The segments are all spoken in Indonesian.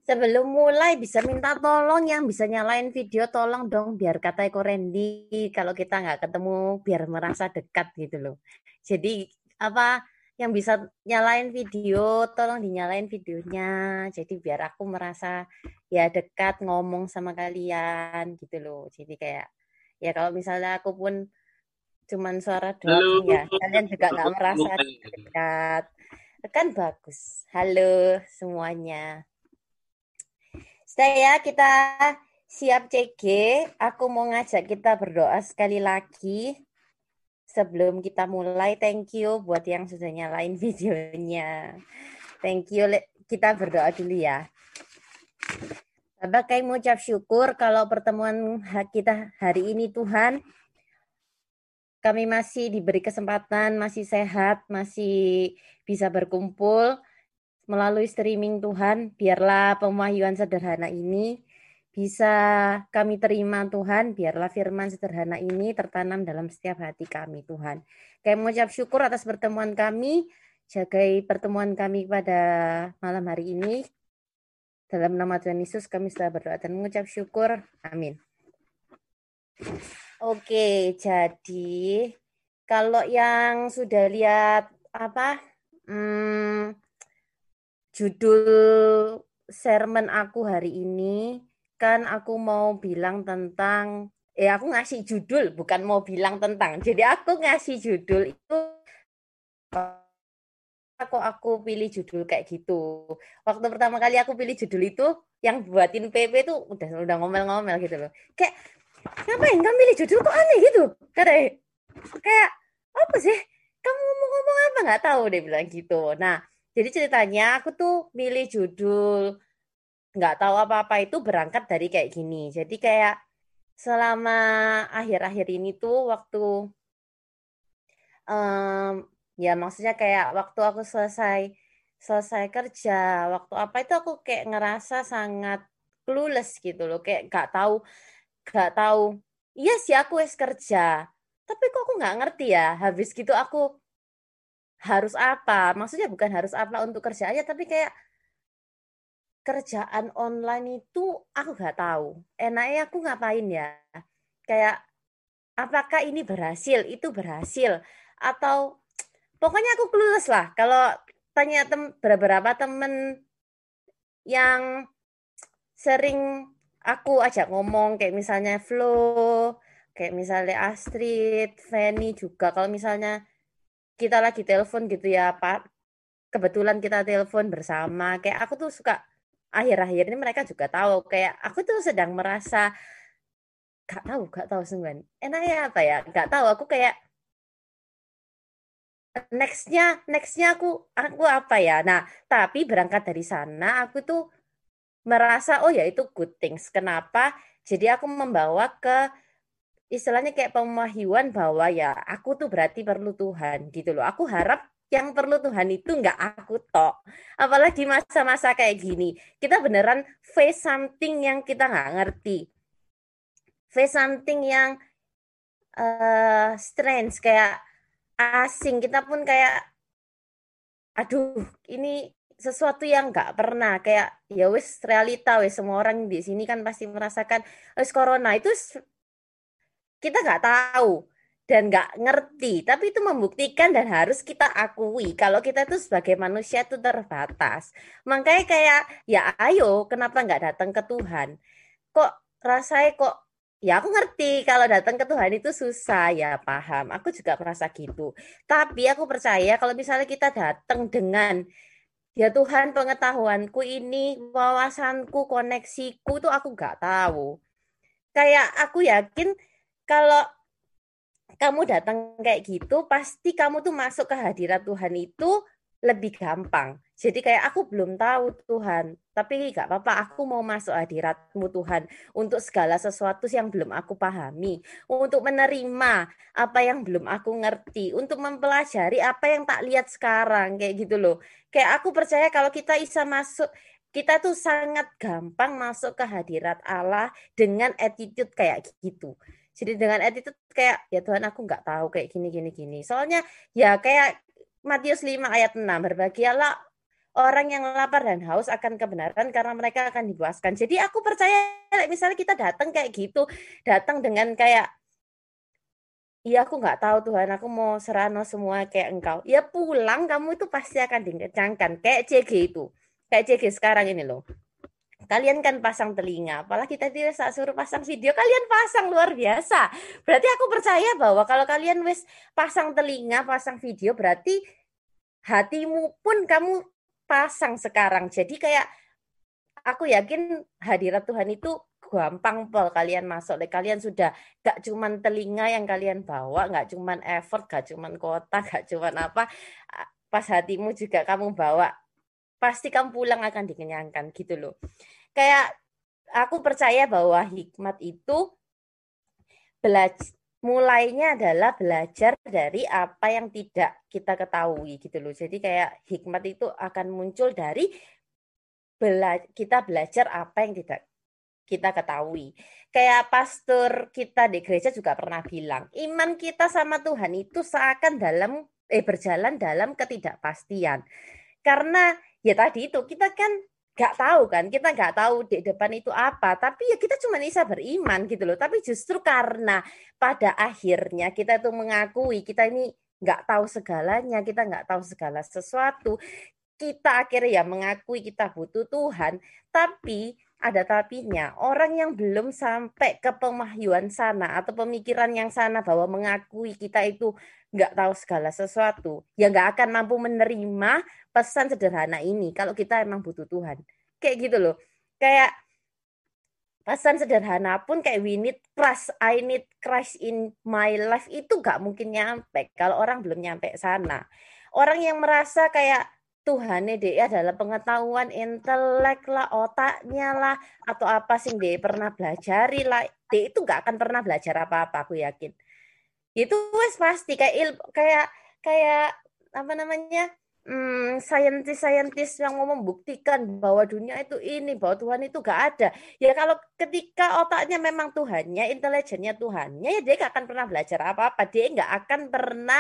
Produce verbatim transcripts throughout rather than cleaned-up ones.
Sebelum mulai bisa minta tolong yang bisa nyalain video tolong dong biar kata Eko Randy kalau kita nggak ketemu biar merasa dekat gitu loh. Jadi apa yang bisa nyalain video tolong dinyalain videonya. Jadi biar aku merasa ya dekat ngomong sama kalian gitu loh. Jadi kayak ya kalau misalnya aku pun cuman suara doang Halo, ya kalian juga nggak merasa dekat. Kan bagus. Halo semuanya. Sudah ya, kita siap C G. Aku mau ngajak kita berdoa sekali lagi. Sebelum kita mulai, thank you buat yang sudah nyalain videonya. Thank you. Kita berdoa dulu ya. Bapak kami mengucap syukur kalau pertemuan kita hari ini Tuhan, kami masih diberi kesempatan, masih sehat, masih bisa berkumpul melalui streaming Tuhan. Biarlah pemahyuan sederhana ini bisa kami terima Tuhan, biarlah firman sederhana ini tertanam dalam setiap hati kami Tuhan. Kami mengucap syukur atas pertemuan kami, jagai pertemuan kami pada malam hari ini. Dalam nama Tuhan Yesus kami sudah berdoa dan mengucap syukur. Amin. Oke, jadi kalau yang sudah lihat apa hmm, judul sermon aku hari ini, kan aku mau bilang tentang, eh aku ngasih judul, bukan mau bilang tentang. Jadi aku ngasih judul itu, kok aku pilih judul kayak gitu. Waktu pertama kali aku pilih judul itu, yang buatin P P tuh udah udah ngomel-ngomel gitu loh. Kayak, ngapain kamu pilih judul kok aneh gitu? Katanya, kayak, apa sih? Kamu ngomong-ngomong apa? Nggak tahu deh bilang gitu. Nah, jadi ceritanya aku tuh milih judul nggak tahu apa-apa itu berangkat dari kayak gini. Jadi kayak selama akhir-akhir ini tuh waktu um, ya maksudnya kayak waktu aku selesai selesai kerja, waktu apa itu aku kayak ngerasa sangat clueless gitu loh, kayak nggak tahu nggak tahu. Iya sih aku es kerja, tapi kok aku nggak ngerti ya. Habis gitu aku harus apa? Maksudnya bukan harus apa untuk kerja aja, tapi kayak kerjaan online itu aku nggak tahu. Enaknya aku ngapain ya? Kayak apakah ini berhasil, itu berhasil, atau pokoknya aku clueless lah. Kalau tanya tem beberapa temen yang sering aku ajak ngomong, kayak misalnya Flo, kayak misalnya Astrid, Fanny juga. Kalau misalnya kita lagi telepon gitu ya, Pak. Kebetulan kita telepon bersama. Kayak aku tuh suka akhir-akhir ini mereka juga tahu kayak aku tuh sedang merasa gak tahu gak tahu sebenarnya enaknya apa ya, gak tahu aku kayak nextnya nextnya aku aku apa ya. Nah tapi berangkat dari sana aku tuh merasa oh ya itu good things. Kenapa? Jadi aku membawa ke istilahnya kayak pemahyuan bahwa ya aku tuh berarti perlu Tuhan gitu loh. Aku harap yang perlu Tuhan itu nggak aku tok. Apalagi masa-masa kayak gini. Kita beneran face something yang kita nggak ngerti. Face something yang uh, strange, kayak asing. Kita pun kayak, aduh, ini sesuatu yang nggak pernah. Kayak, ya wis realita, wis semua orang di sini kan pasti merasakan, wis corona itu kita nggak tahu dan nggak ngerti, tapi itu membuktikan dan harus kita akui kalau kita tuh sebagai manusia tuh terbatas. Makanya kayak ya ayo kenapa nggak datang ke Tuhan? Kok rasanya kok ya aku ngerti kalau datang ke Tuhan itu susah ya paham. Aku juga merasa gitu. Tapi aku percaya kalau misalnya kita datang dengan ya Tuhan pengetahuanku ini, wawasanku, koneksiku tuh aku nggak tahu. Kayak aku yakin kalau kamu datang kayak gitu, pasti kamu tuh masuk ke hadirat Tuhan itu lebih gampang. Jadi kayak aku belum tahu Tuhan, tapi gak apa-apa, aku mau masuk hadiratmu Tuhan untuk segala sesuatu yang belum aku pahami, untuk menerima apa yang belum aku ngerti, untuk mempelajari apa yang tak lihat sekarang, kayak gitu loh. Kayak aku percaya kalau kita bisa masuk, kita tuh sangat gampang masuk ke hadirat Allah dengan attitude kayak gitu. Jadi dengan attitude kayak ya Tuhan aku nggak tahu kayak gini gini gini. Soalnya ya kayak Matius lima ayat enam berbahagialah orang yang lapar dan haus akan kebenaran karena mereka akan dipuaskan. Jadi aku percaya misalnya kita datang kayak gitu, datang dengan kayak iya aku nggak tahu Tuhan, aku mau serano semua kayak engkau. Ya pulang kamu itu pasti akan dikencangkan. Kayak C G itu. Kayak C G sekarang ini loh. Kalian kan pasang telinga. Apalagi tadi saya suruh pasang video, kalian pasang luar biasa. Berarti aku percaya bahwa kalau kalian wes pasang telinga, pasang video, berarti hatimu pun kamu pasang sekarang. Jadi kayak aku yakin hadirat Tuhan itu gampang pol kalian masuk. Kalian sudah gak cuman telinga yang kalian bawa, gak cuman effort, gak cuman kota, gak cuman apa. Pas hatimu juga kamu bawa, pasti kamu pulang akan dikenyangkan gitu loh. Kayak aku percaya bahwa hikmat itu belajar mulainya adalah belajar dari apa yang tidak kita ketahui gitu loh. Jadi kayak hikmat itu akan muncul dari bela kita belajar apa yang tidak kita ketahui. Kayak pastor kita di gereja juga pernah bilang, iman kita sama Tuhan itu seakan dalam eh berjalan dalam ketidakpastian. Karena ya tadi itu kita kan nggak tahu kan, kita nggak tahu di depan itu apa, tapi ya kita cuma bisa beriman gitu loh. Tapi justru karena pada akhirnya kita tuh mengakui kita ini nggak tahu segalanya, kita nggak tahu segala sesuatu, kita akhirnya ya mengakui kita butuh Tuhan, tapi ada tapinya. Orang yang belum sampai ke pemahyuan sana atau pemikiran yang sana bahwa mengakui kita itu nggak tahu segala sesuatu, ya nggak akan mampu menerima pesan sederhana ini kalau kita emang butuh Tuhan. Kayak gitu loh. Kayak pesan sederhana pun kayak we need Christ, I need Christ in my life itu nggak mungkin nyampe kalau orang belum nyampe sana. Orang yang merasa kayak Tuhan dia adalah pengetahuan intelek lah, otaknya lah, atau apa sih dia pernah belajari lah, dia itu nggak akan pernah belajar apa-apa, aku yakin. Itu wes pasti kayak il, kayak kayak apa namanya hmm, saintis-saintis yang mau membuktikan bahwa dunia itu ini, bahwa Tuhan itu gak ada. Ya kalau ketika otaknya memang Tuhannya, intelijennya Tuhannya, ya dia gak akan pernah belajar apa-apa. Dia gak akan pernah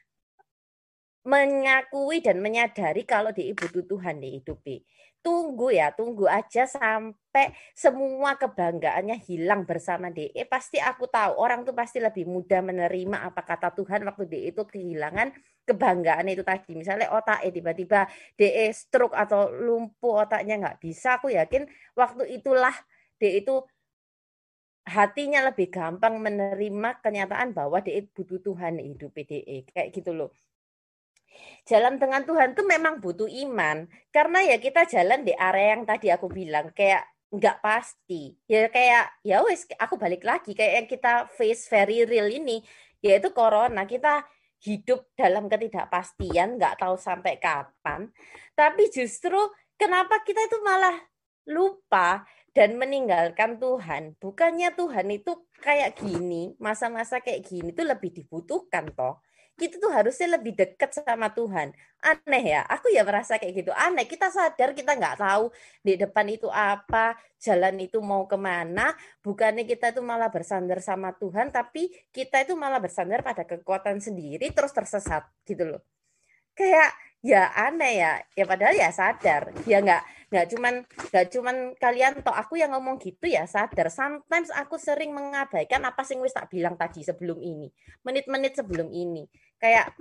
mengakui dan menyadari kalau dia butuh Tuhan di hidupnya. Tunggu ya, tunggu aja sampai semua kebanggaannya hilang bersama dia. Eh, pasti aku tahu orang tuh pasti lebih mudah menerima apa kata Tuhan waktu dia itu kehilangan kebanggaan itu tadi. Misalnya otak eh tiba-tiba dia stroke atau lumpuh otaknya nggak bisa. Aku yakin waktu itulah dia itu hatinya lebih gampang menerima kenyataan bahwa dia butuh Tuhan di hidup dia. Kayak gitu loh. Jalan dengan Tuhan tuh memang butuh iman. Karena ya kita jalan di area yang tadi aku bilang. Kayak nggak pasti. Ya kayak, ya wes aku balik lagi. Kayak yang kita face very real ini. Yaitu corona. Kita hidup dalam ketidakpastian. Nggak tahu sampai kapan. Tapi justru kenapa kita itu malah lupa dan meninggalkan Tuhan. Bukannya Tuhan itu kayak gini. Masa-masa kayak gini tuh lebih dibutuhkan toh. Kita tuh harusnya lebih dekat sama Tuhan. Aneh ya, aku ya merasa kayak gitu. Aneh, kita sadar kita nggak tahu di depan itu apa, jalan itu mau kemana. Bukannya kita itu malah bersandar sama Tuhan, tapi kita itu malah bersandar pada kekuatan sendiri, terus tersesat gitu loh. Kayak ya aneh ya, ya padahal ya sadar. Ya nggak nggak cuman nggak cuman kalian toh aku yang ngomong gitu ya sadar. Sometimes aku sering mengabaikan apa sih wis tak bilang tadi sebelum ini, menit-menit sebelum ini. Kayak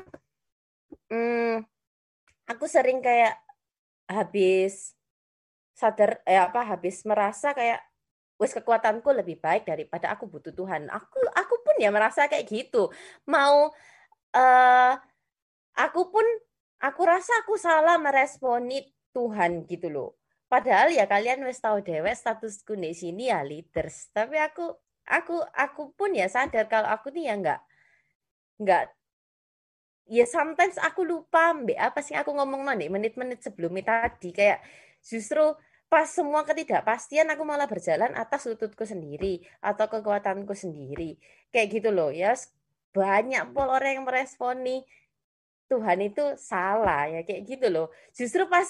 hmm, aku sering kayak habis sadar eh apa habis merasa kayak wis kekuatanku lebih baik daripada aku butuh Tuhan. Aku aku pun ya merasa kayak gitu. Mau eh aku pun aku rasa aku salah meresponi Tuhan gitu loh. Padahal ya kalian wis tahu dewek statusku di sini ya leaders. Tapi aku aku aku pun ya sadar kalau aku nih ya nggak nggak ya sometimes aku lupa mbak apa sih aku ngomong nih menit-menit sebelumnya tadi kayak justru pas semua ketidakpastian aku malah berjalan atas lututku sendiri atau kekuatanku sendiri kayak gitu loh ya banyak pol orang yang meresponi Tuhan itu salah ya kayak gitu loh. Justru pas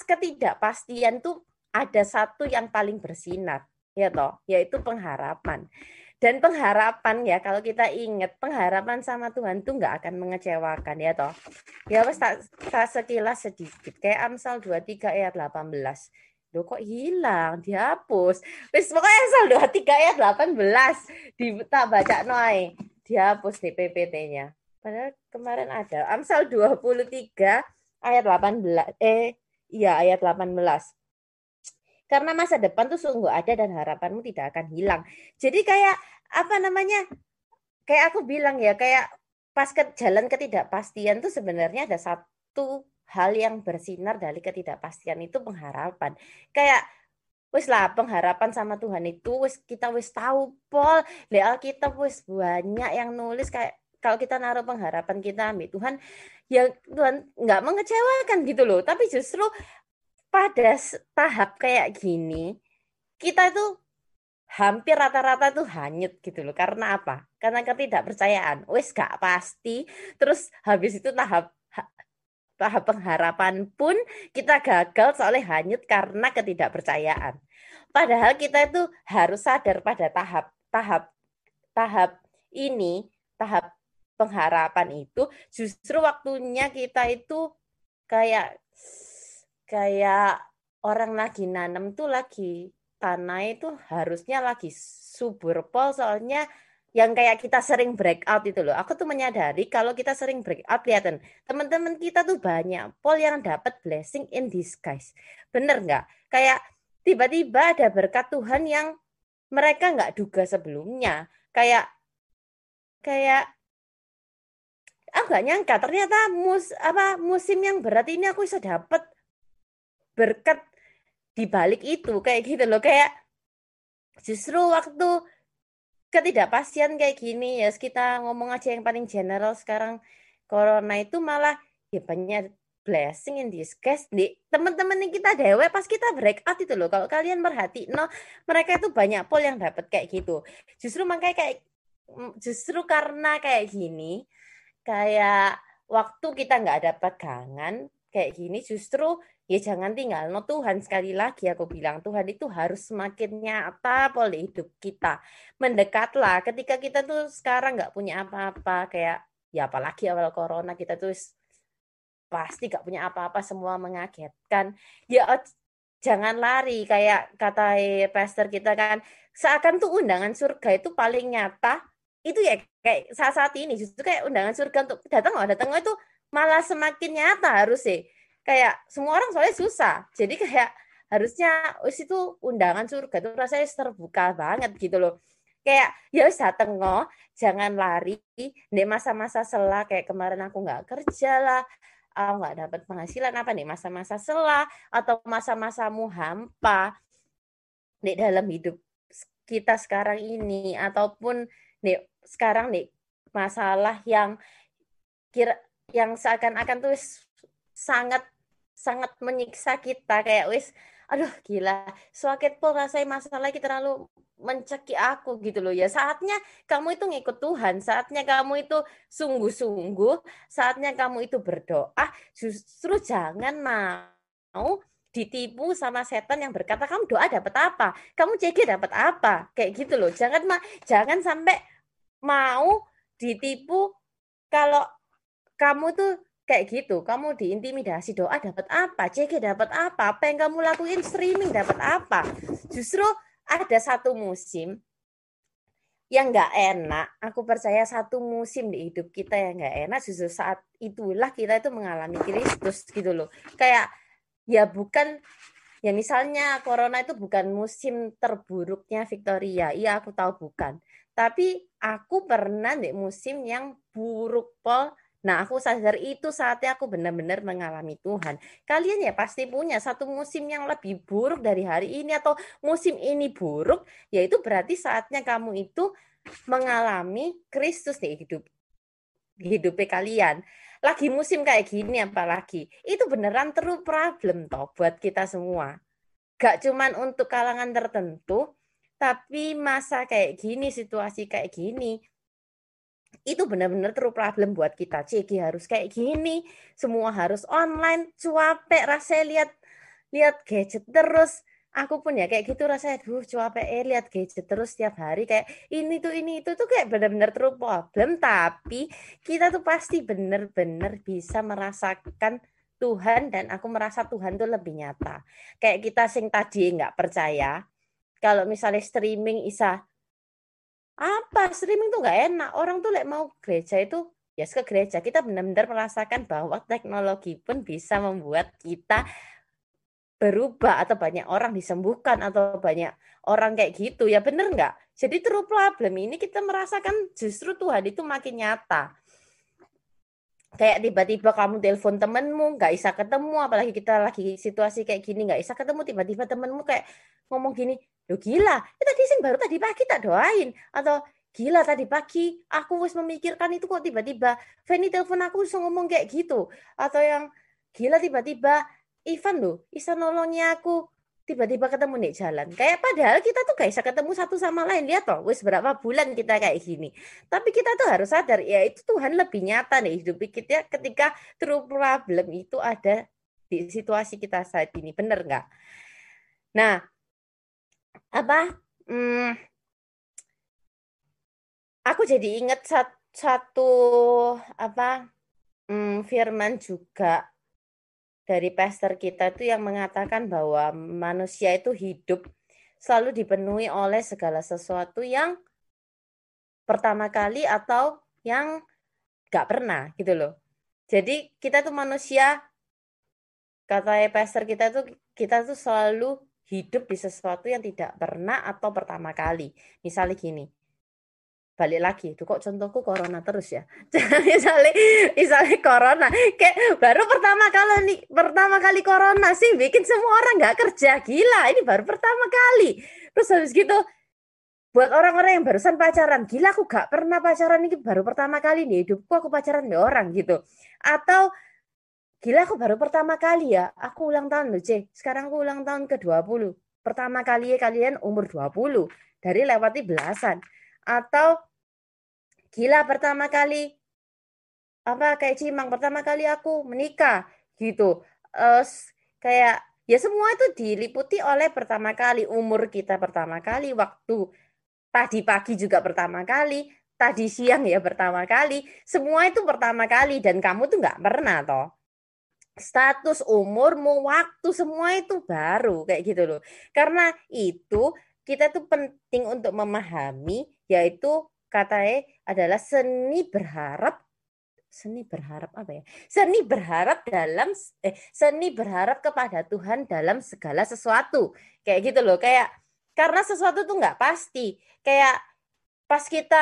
ketidakpastian tuh ada satu yang paling bersinar ya toh, yaitu pengharapan. Dan pengharapan ya, kalau kita ingat pengharapan sama Tuhan tuh nggak akan mengecewakan ya toh. Ya wes tak, tak sekilas sedikit kayak Amsal dua puluh tiga ayat delapan belas. Loh kok hilang, dihapus. Wes pokoknya Amsal dua puluh tiga ayat delapan belas di tak baca noy, dihapus di P P T-nya. Padahal kemarin ada Amsal dua puluh tiga ayat delapan belas. Eh, iya ayat delapan belas. Karena masa depan tuh sungguh ada dan harapanmu tidak akan hilang. Jadi kayak apa namanya? Kayak aku bilang ya, kayak pas ke jalan ketidakpastian tuh sebenarnya ada satu hal yang bersinar dari ketidakpastian itu pengharapan. Kayak wis lah pengharapan sama Tuhan itu wis kita wis tahu pol. Di Alkitab wis banyak yang nulis kayak kalau kita naruh pengharapan kita ambil Tuhan, ya Tuhan nggak mengecewakan gitu loh. Tapi justru pada tahap kayak gini, kita itu hampir rata-rata tuh hanyut gitu loh. Karena apa? Karena ketidakpercayaan. Wes gak pasti. Terus habis itu tahap tahap pengharapan pun kita gagal soalnya hanyut karena ketidakpercayaan. Padahal kita itu harus sadar pada tahap tahap tahap ini, tahap pengharapan itu justru waktunya kita itu kayak kayak orang lagi nanam tuh lagi tanah itu harusnya lagi subur pol soalnya yang kayak kita sering breakout itu loh. Aku tuh menyadari kalau kita sering breakout kelihatan teman-teman kita tuh banyak pol yang dapat blessing in disguise. Bener nggak? Kayak tiba-tiba ada berkat Tuhan yang mereka nggak duga sebelumnya. Kayak kayak aku nggak nyangka ternyata mus apa musim yang berat ini aku bisa dapat berkat di balik itu kayak gitu loh kayak justru waktu ketidakpastian kayak gini ya kita ngomong aja yang paling general sekarang corona itu malah ya banyak blessing in disguise di teman-teman yang kita dewe pas kita breakout itu loh kalau kalian merhati no mereka itu banyak pol yang dapat kayak gitu justru makanya kayak justru karena kayak gini kayak waktu kita nggak ada pegangan kayak gini justru ya jangan tinggal no Tuhan sekali lagi aku bilang Tuhan itu harus semakin nyata pola hidup kita mendekatlah ketika kita tuh sekarang nggak punya apa-apa kayak ya apalagi awal corona kita tuh pasti nggak punya apa-apa semua mengagetkan ya jangan lari kayak kata pastor kita kan seakan tuh undangan surga itu paling nyata itu ya kayak saat-saat ini justru kayak undangan surga untuk datang nggak datang itu malah semakin nyata harus sih kayak semua orang soalnya susah jadi kayak harusnya wis itu undangan surga itu rasanya terbuka banget gitu loh kayak ya wis dateng ngoh jangan lari di masa-masa sela kayak kemarin aku nggak kerja lah aku nggak dapat penghasilan apa nih masa-masa sela atau masa-masamu hampa di dalam hidup kita sekarang ini ataupun nih sekarang nih masalah yang kira yang seakan-akan tuh sangat sangat menyiksa kita kayak wis aduh gila suaket pun rasanya masalah kita terlalu mencekik aku gitu loh ya saatnya kamu itu ngikut Tuhan saatnya kamu itu sungguh-sungguh saatnya kamu itu berdoa justru jangan mau ditipu sama setan yang berkata kamu doa dapat apa kamu C G dapat apa kayak gitu loh jangan jangan sampai mau ditipu kalau kamu tuh kayak gitu, kamu diintimidasi doa dapat apa, C G dapat apa, apa yang kamu lakuin streaming dapat apa. Justru ada satu musim yang nggak enak. Aku percaya satu musim di hidup kita yang nggak enak. Justru saat itulah kita itu mengalami Kristus gitu loh. Kayak ya bukan ya misalnya corona itu bukan musim terburuknya Victoria. Iya aku tahu bukan. Tapi aku pernah di musim yang buruk pol. Nah, aku sadar itu saatnya aku benar-benar mengalami Tuhan. Kalian ya pasti punya satu musim yang lebih buruk dari hari ini atau musim ini buruk, yaitu berarti saatnya kamu itu mengalami Kristus di hidup hidupnya kalian. Lagi musim kayak gini apalagi, itu beneran true problem toh buat kita semua. Gak cuman untuk kalangan tertentu, tapi masa kayak gini, situasi kayak gini, itu benar-benar true problem buat kita. C G harus kayak gini, semua harus online, cuapek rasanya lihat lihat gadget terus. Aku pun ya kayak gitu rasanya, duh capek eh lihat gadget terus setiap hari kayak ini tuh ini itu tuh kayak benar-benar terus problem. Tapi kita tuh pasti benar-benar bisa merasakan Tuhan, dan aku merasa Tuhan tuh lebih nyata. Kayak kita sing tadi nggak percaya, kalau misalnya streaming isa apa streaming tuh nggak enak, orang tuh lek mau gereja itu ya ke gereja, kita benar-benar merasakan bahwa teknologi pun bisa membuat kita berubah, atau banyak orang disembuhkan, atau banyak orang kayak gitu ya, bener nggak? Jadi true problem ini kita merasakan justru Tuhan itu makin nyata. Kayak tiba-tiba kamu telepon temenmu nggak bisa ketemu, apalagi kita lagi situasi kayak gini nggak bisa ketemu, tiba-tiba temenmu kayak ngomong gini, lo gila, ya tadi sih baru tadi pagi tak doain, atau gila tadi pagi aku wis memikirkan itu kok tiba-tiba Feni telepon aku bisa ngomong kayak gitu, atau yang gila tiba-tiba Ivan loh bisa nolongnya aku, tiba-tiba ketemu nih jalan, kayak padahal kita tuh gak bisa ketemu satu sama lain, lihat toh wis berapa bulan kita kayak gini. Tapi kita tuh harus sadar, ya itu Tuhan lebih nyata nih hidup kita ketika true problem itu ada di situasi kita saat ini, bener nggak? Nah, apa? Hmm, aku jadi ingat satu apa? Hmm, firman juga dari pastor kita itu yang mengatakan bahwa manusia itu hidup selalu dipenuhi oleh segala sesuatu yang pertama kali atau yang nggak pernah gitu loh. Jadi kita tuh manusia, kata pastor kita tuh, kita tuh selalu hidup di sesuatu yang tidak pernah atau pertama kali. Misalnya gini, balik lagi, tuh kok contohku corona terus ya. misalnya, misalnya corona, kayak baru pertama kali nih, pertama kali corona sih bikin semua orang nggak kerja, gila. Ini baru pertama kali. Terus habis gitu, buat orang-orang yang barusan pacaran, gila aku gak pernah pacaran, ini baru pertama kali nih hidupku aku pacaran sama orang gitu. Atau gila aku baru pertama kali ya, aku ulang tahun loh C, sekarang aku ulang tahun ke dua puluh. Pertama kali ya kalian umur dua puluh, dari lewati belasan. Atau gila pertama kali, apa kayak Cimang, pertama kali aku menikah gitu. Eh, kayak ya semua itu diliputi oleh pertama kali, umur kita pertama kali, waktu tadi pagi juga pertama kali, tadi siang ya pertama kali, semua itu pertama kali, dan kamu tuh nggak pernah toh. Status umurmu, waktu, semua itu baru kayak gitu loh. Karena itu kita tuh penting untuk memahami, yaitu katanya adalah seni berharap, seni berharap apa ya? Seni berharap dalam eh seni berharap kepada Tuhan dalam segala sesuatu. Kayak gitu loh, kayak karena sesuatu tuh nggak pasti. Kayak pas kita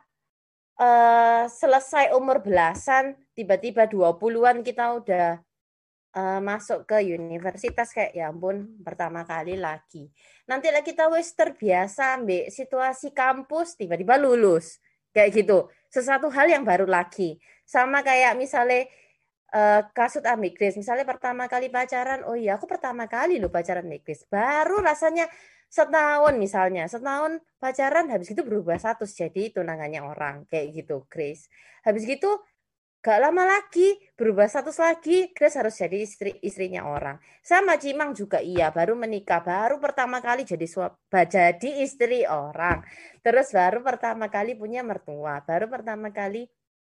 eh, selesai umur belasan, tiba-tiba dua puluhan-an kita udah eh, masuk ke universitas, kayak ya ampun pertama kali lagi. Nanti lagi kita wis terbiasa ambil situasi kampus, tiba-tiba lulus. Kayak gitu. Sesuatu hal yang baru lagi. Sama kayak misalnya eh, kasut ambil Grace. Misalnya pertama kali pacaran, oh iya aku pertama kali loh pacaran ambil Grace. Baru rasanya setahun misalnya. Setahun pacaran, habis itu berubah status jadi tunangannya orang. Kayak gitu Grace. Habis gitu gak lama lagi berubah status lagi, Grace harus jadi istri istrinya orang. Sama Cimang juga iya, baru menikah, baru pertama kali jadi suami, jadi istri orang. Terus baru pertama kali punya mertua, baru pertama kali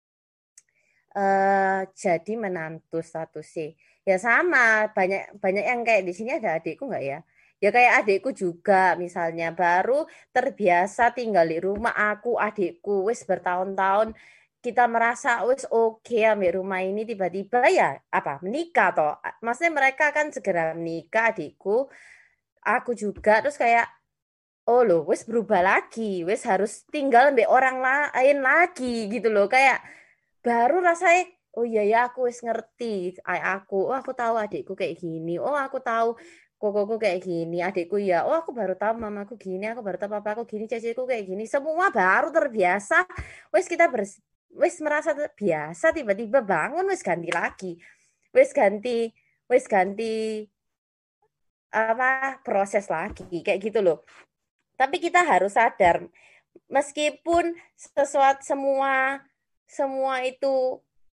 eh, jadi menantu status C. Ya sama, banyak banyak yang kayak di sini, ada adikku nggak ya? Ya kayak adikku juga misalnya baru terbiasa tinggal di rumah, aku adikku wis bertahun-tahun kita merasa wis oke ambil rumah ini, tiba-tiba ya apa menikah toh. Maksudnya mereka kan segera menikah adikku, aku juga, terus kayak oh loh wis berubah lagi, wis harus tinggal ambil orang lain lagi gitu loh, kayak baru rasanya oh iya ya aku wis ngerti. Ay, aku oh aku tahu adikku kayak gini, oh aku tahu kokoku kayak gini, adikku ya oh aku baru tahu mamaku gini, aku baru tahu papaku gini, ceceku kayak gini, semua baru terbiasa. Wis kita bers wis merasa biasa, tiba-tiba bangun wis ganti lagi, wis ganti wis ganti apa proses lagi kayak gitu loh. Tapi kita harus sadar, meskipun sesuatu semua semua itu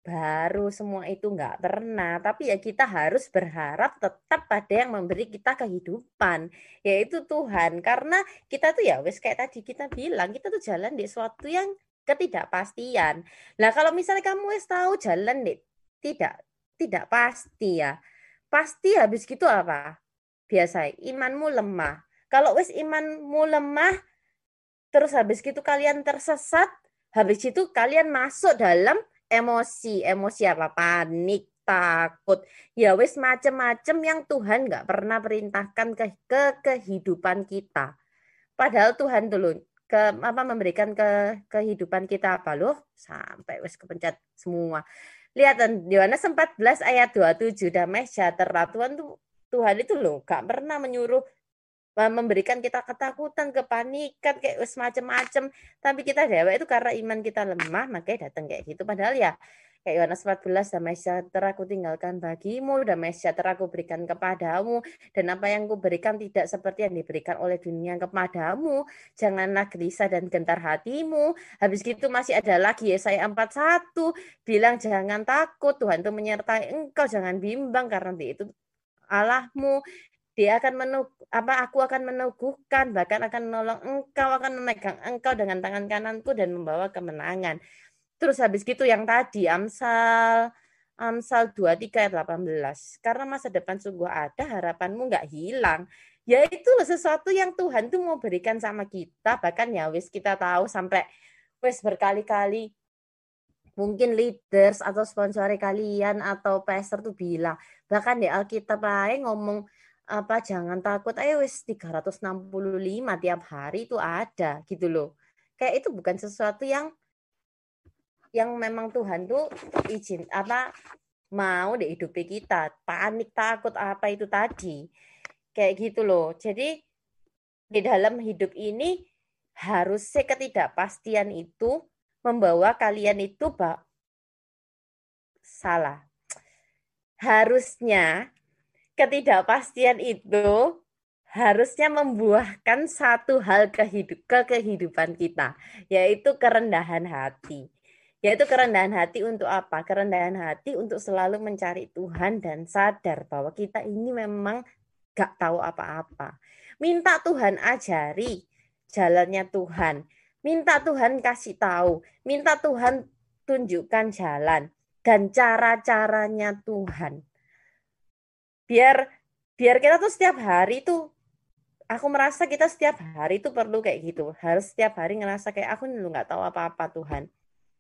baru semua itu nggak pernah, tapi ya kita harus berharap tetap pada yang memberi kita kehidupan, yaitu Tuhan. Karena kita tuh ya wes kayak tadi kita bilang, kita tuh jalan di suatu yang ketidakpastian. Nah, kalau misalnya kamu wes tahu jalan di tidak tidak pasti ya, pasti habis gitu apa? Biasa imanmu lemah. Kalau wes imanmu lemah, terus habis gitu kalian tersesat, habis itu kalian masuk dalam emosi, emosi apa? Panik, takut, ya wes macem-macem yang Tuhan nggak pernah perintahkan ke, ke kehidupan kita. Padahal Tuhan dulu ke apa memberikan ke kehidupan kita apa loh sampai wes kepencet semua. Lihat Yohanes empat belas ayat dua puluh tujuh, damai sejahtera Tuhan tuh Tuhan itu loh gak pernah menyuruh memberikan kita ketakutan, kepanikan, kayak semacam-macam. Tapi kita dewa itu karena iman kita lemah, makanya datang kayak gitu. Padahal ya kayak Yohanes empat belas, damai sejahtera aku tinggalkan bagimu, damai sejahtera aku berikan kepadamu, dan apa yang aku berikan tidak seperti yang diberikan oleh dunia kepadamu. Janganlah gelisah dan gentar hatimu. Habis gitu masih ada lagi Yesaya empat puluh satu, bilang jangan takut, Tuhan itu menyertai engkau, jangan bimbang karena dia itu Allahmu. Dia akan menug, apa aku akan meneguhkan, bahkan akan menolong engkau, akan memegang engkau dengan tangan kananku dan membawa kemenangan. Terus habis gitu yang tadi Amsal Amsal dua puluh tiga ayat delapan belas. Karena masa depan sungguh ada, harapanmu nggak hilang. Ya itu loh sesuatu yang Tuhan tuh mau berikan sama kita, bahkan ya wis kita tahu sampai wis berkali-kali mungkin leaders atau sponsori kalian atau pastor tuh bilang, bahkan di Alkitab aja ngomong apa jangan takut, ayo wis tiga ratus enam puluh lima tiap hari itu ada gitu loh. Kayak itu bukan sesuatu yang yang memang Tuhan tuh izin apa mau di hidup kita, panik takut apa itu tadi. Kayak gitu loh. Jadi di dalam hidup ini harusnya ketidakpastian itu membawa kalian itu bah, salah. Harusnya ketidakpastian itu harusnya membuahkan satu hal kehidup, ke kehidupan kita, yaitu kerendahan hati. Yaitu kerendahan hati untuk apa? Kerendahan hati untuk selalu mencari Tuhan dan sadar bahwa kita ini memang gak tahu apa-apa. Minta Tuhan ajari jalannya Tuhan. Minta Tuhan kasih tahu. Minta Tuhan tunjukkan jalan dan cara-caranya Tuhan. Biar biar kita tuh setiap hari tuh, aku merasa kita setiap hari tuh perlu kayak gitu. Harus setiap hari ngerasa kayak aku nih nggak tahu apa-apa Tuhan.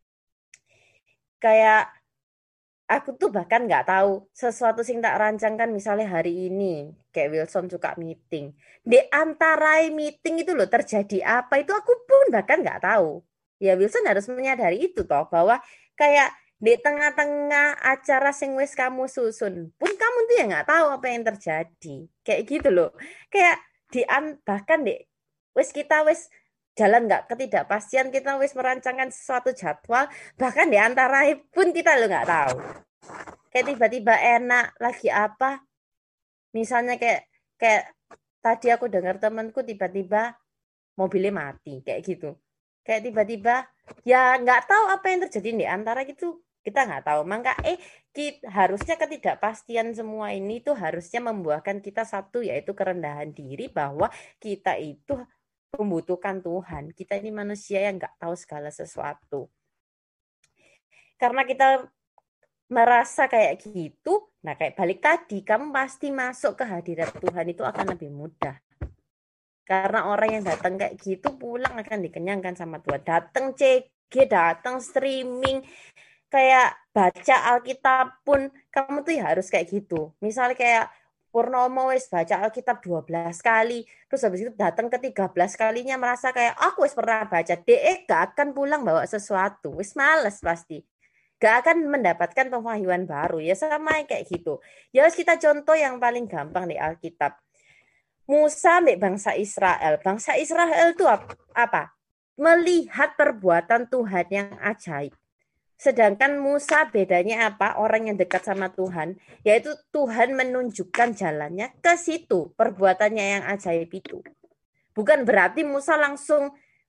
Kayak aku tuh bahkan nggak tahu sesuatu sing tak rancangkan misalnya hari ini kayak Wilson suka meeting. Di antara meeting itu loh terjadi apa itu aku pun bahkan nggak tahu. Ya Wilson harus menyadari itu toh bahwa kayak di tengah-tengah acara sing wis kamu susun pun kamu tuh ya nggak tahu apa yang terjadi kayak gitu loh. Kayak di bahkan di wis kita wis jalan nggak ketidakpastian kita wis merancangkan sesuatu jadwal bahkan di antara pun kita lo nggak tahu kayak tiba-tiba enak lagi apa misalnya kayak kayak tadi aku dengar temanku tiba-tiba mobilnya mati kayak gitu kayak tiba-tiba ya nggak tahu apa yang terjadi di antara gitu kita nggak tahu maka eh kita, harusnya ketidakpastian semua ini tuh harusnya membuahkan kita satu yaitu kerendahan diri bahwa kita itu membutuhkan Tuhan. Kita ini manusia yang nggak tahu segala sesuatu. Karena kita merasa kayak gitu, nah kayak balik tadi, kamu pasti masuk ke hadirat Tuhan itu akan lebih mudah. Karena orang yang datang kayak gitu pulang akan dikenyangkan sama Tuhan. Datang C G, datang streaming, kayak baca Alkitab pun kamu tuh ya harus kayak gitu. Misalnya kayak Purnomo wis baca Alkitab dua belas kali, terus habis itu datang ke tiga belas kalinya merasa kayak aku wis pernah baca, DE gak akan pulang bawa sesuatu, wis males pasti. Gak akan mendapatkan pemahaman baru, ya sama kayak gitu. Ya harus kita contoh yang paling gampang di Alkitab. Musa mbek bangsa Israel. Bangsa Israel itu apa? Melihat perbuatan Tuhan yang ajaib. Sedangkan Musa bedanya apa? Orang yang dekat sama Tuhan, yaitu Tuhan menunjukkan jalannya ke situ, perbuatannya yang ajaib itu. Bukan berarti Musa langsung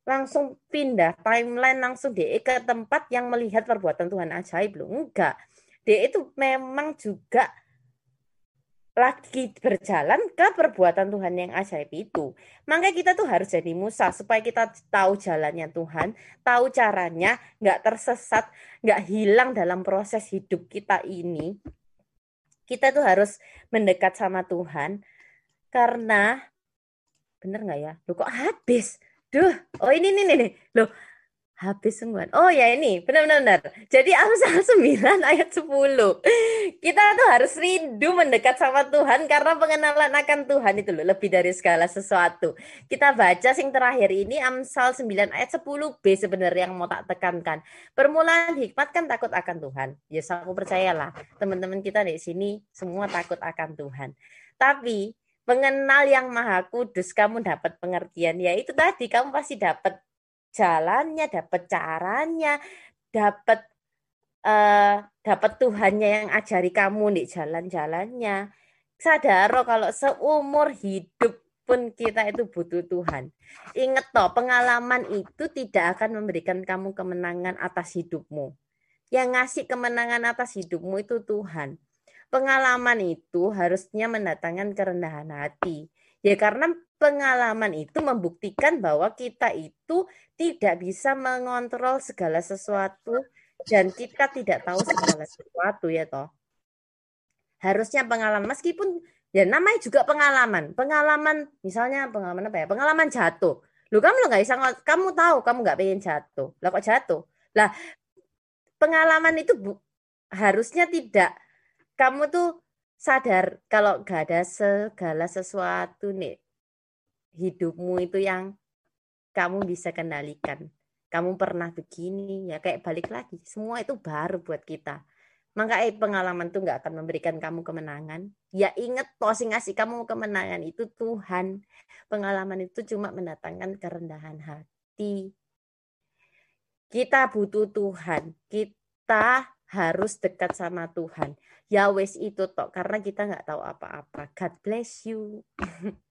langsung pindah timeline langsung dia ke tempat yang melihat perbuatan Tuhan ajaib loh. Enggak. Dia itu memang juga lagi berjalan ke perbuatan Tuhan yang ajaib itu. Makanya kita tuh harus jadi Musa supaya kita tahu jalannya Tuhan, tahu caranya, nggak tersesat, nggak hilang dalam proses hidup kita ini. Kita tuh harus mendekat sama Tuhan karena bener nggak ya? Loh kok habis? Duh, oh ini nih nih nih. Loh, habis sungguhan. Oh ya ini, benar-benar. Jadi Amsal sembilan ayat sepuluh. Kita tuh harus rindu mendekat sama Tuhan karena pengenalan akan Tuhan itu loh lebih dari segala sesuatu. Kita baca sing terakhir ini Amsal sembilan ayat sepuluh b sebenarnya yang mau tak tekankan. Permulaan hikmat kan takut akan Tuhan. Ya yes, aku percayalah teman-teman kita di sini semua takut akan Tuhan. Tapi mengenal yang Maha Kudus kamu dapat pengertian. Ya itu tadi kamu pasti dapat jalannya, dapat caranya, dapat uh, dapat Tuhannya yang ajari kamu nih jalan-jalannya. Sadar kalau seumur hidup pun kita itu butuh Tuhan. Ingat toh, pengalaman itu tidak akan memberikan kamu kemenangan atas hidupmu. Yang ngasih kemenangan atas hidupmu itu Tuhan. Pengalaman itu harusnya mendatangkan kerendahan hati. Ya karena pengalaman itu membuktikan bahwa kita itu tidak bisa mengontrol segala sesuatu dan kita tidak tahu segala sesuatu ya toh. Harusnya pengalaman meskipun ya namanya juga pengalaman. Pengalaman misalnya pengalaman apa ya? Pengalaman jatuh. Lu kamu lo nggak bisa kamu tahu kamu nggak pengen jatuh. Lah kok jatuh? Lah pengalaman itu bu, harusnya tidak kamu tuh sadar kalau gak ada segala sesuatu nih hidupmu itu yang kamu bisa kendalikan. Kamu pernah begini, ya kayak balik lagi. Semua itu baru buat kita. Makanya pengalaman tuh gak akan memberikan kamu kemenangan. Ya inget toh sing ngasih kamu kemenangan itu Tuhan. Pengalaman itu cuma mendatangkan kerendahan hati. Kita butuh Tuhan. Kita harus dekat sama Tuhan. Ya wes itu toh karena kita nggak tahu apa-apa. God bless you.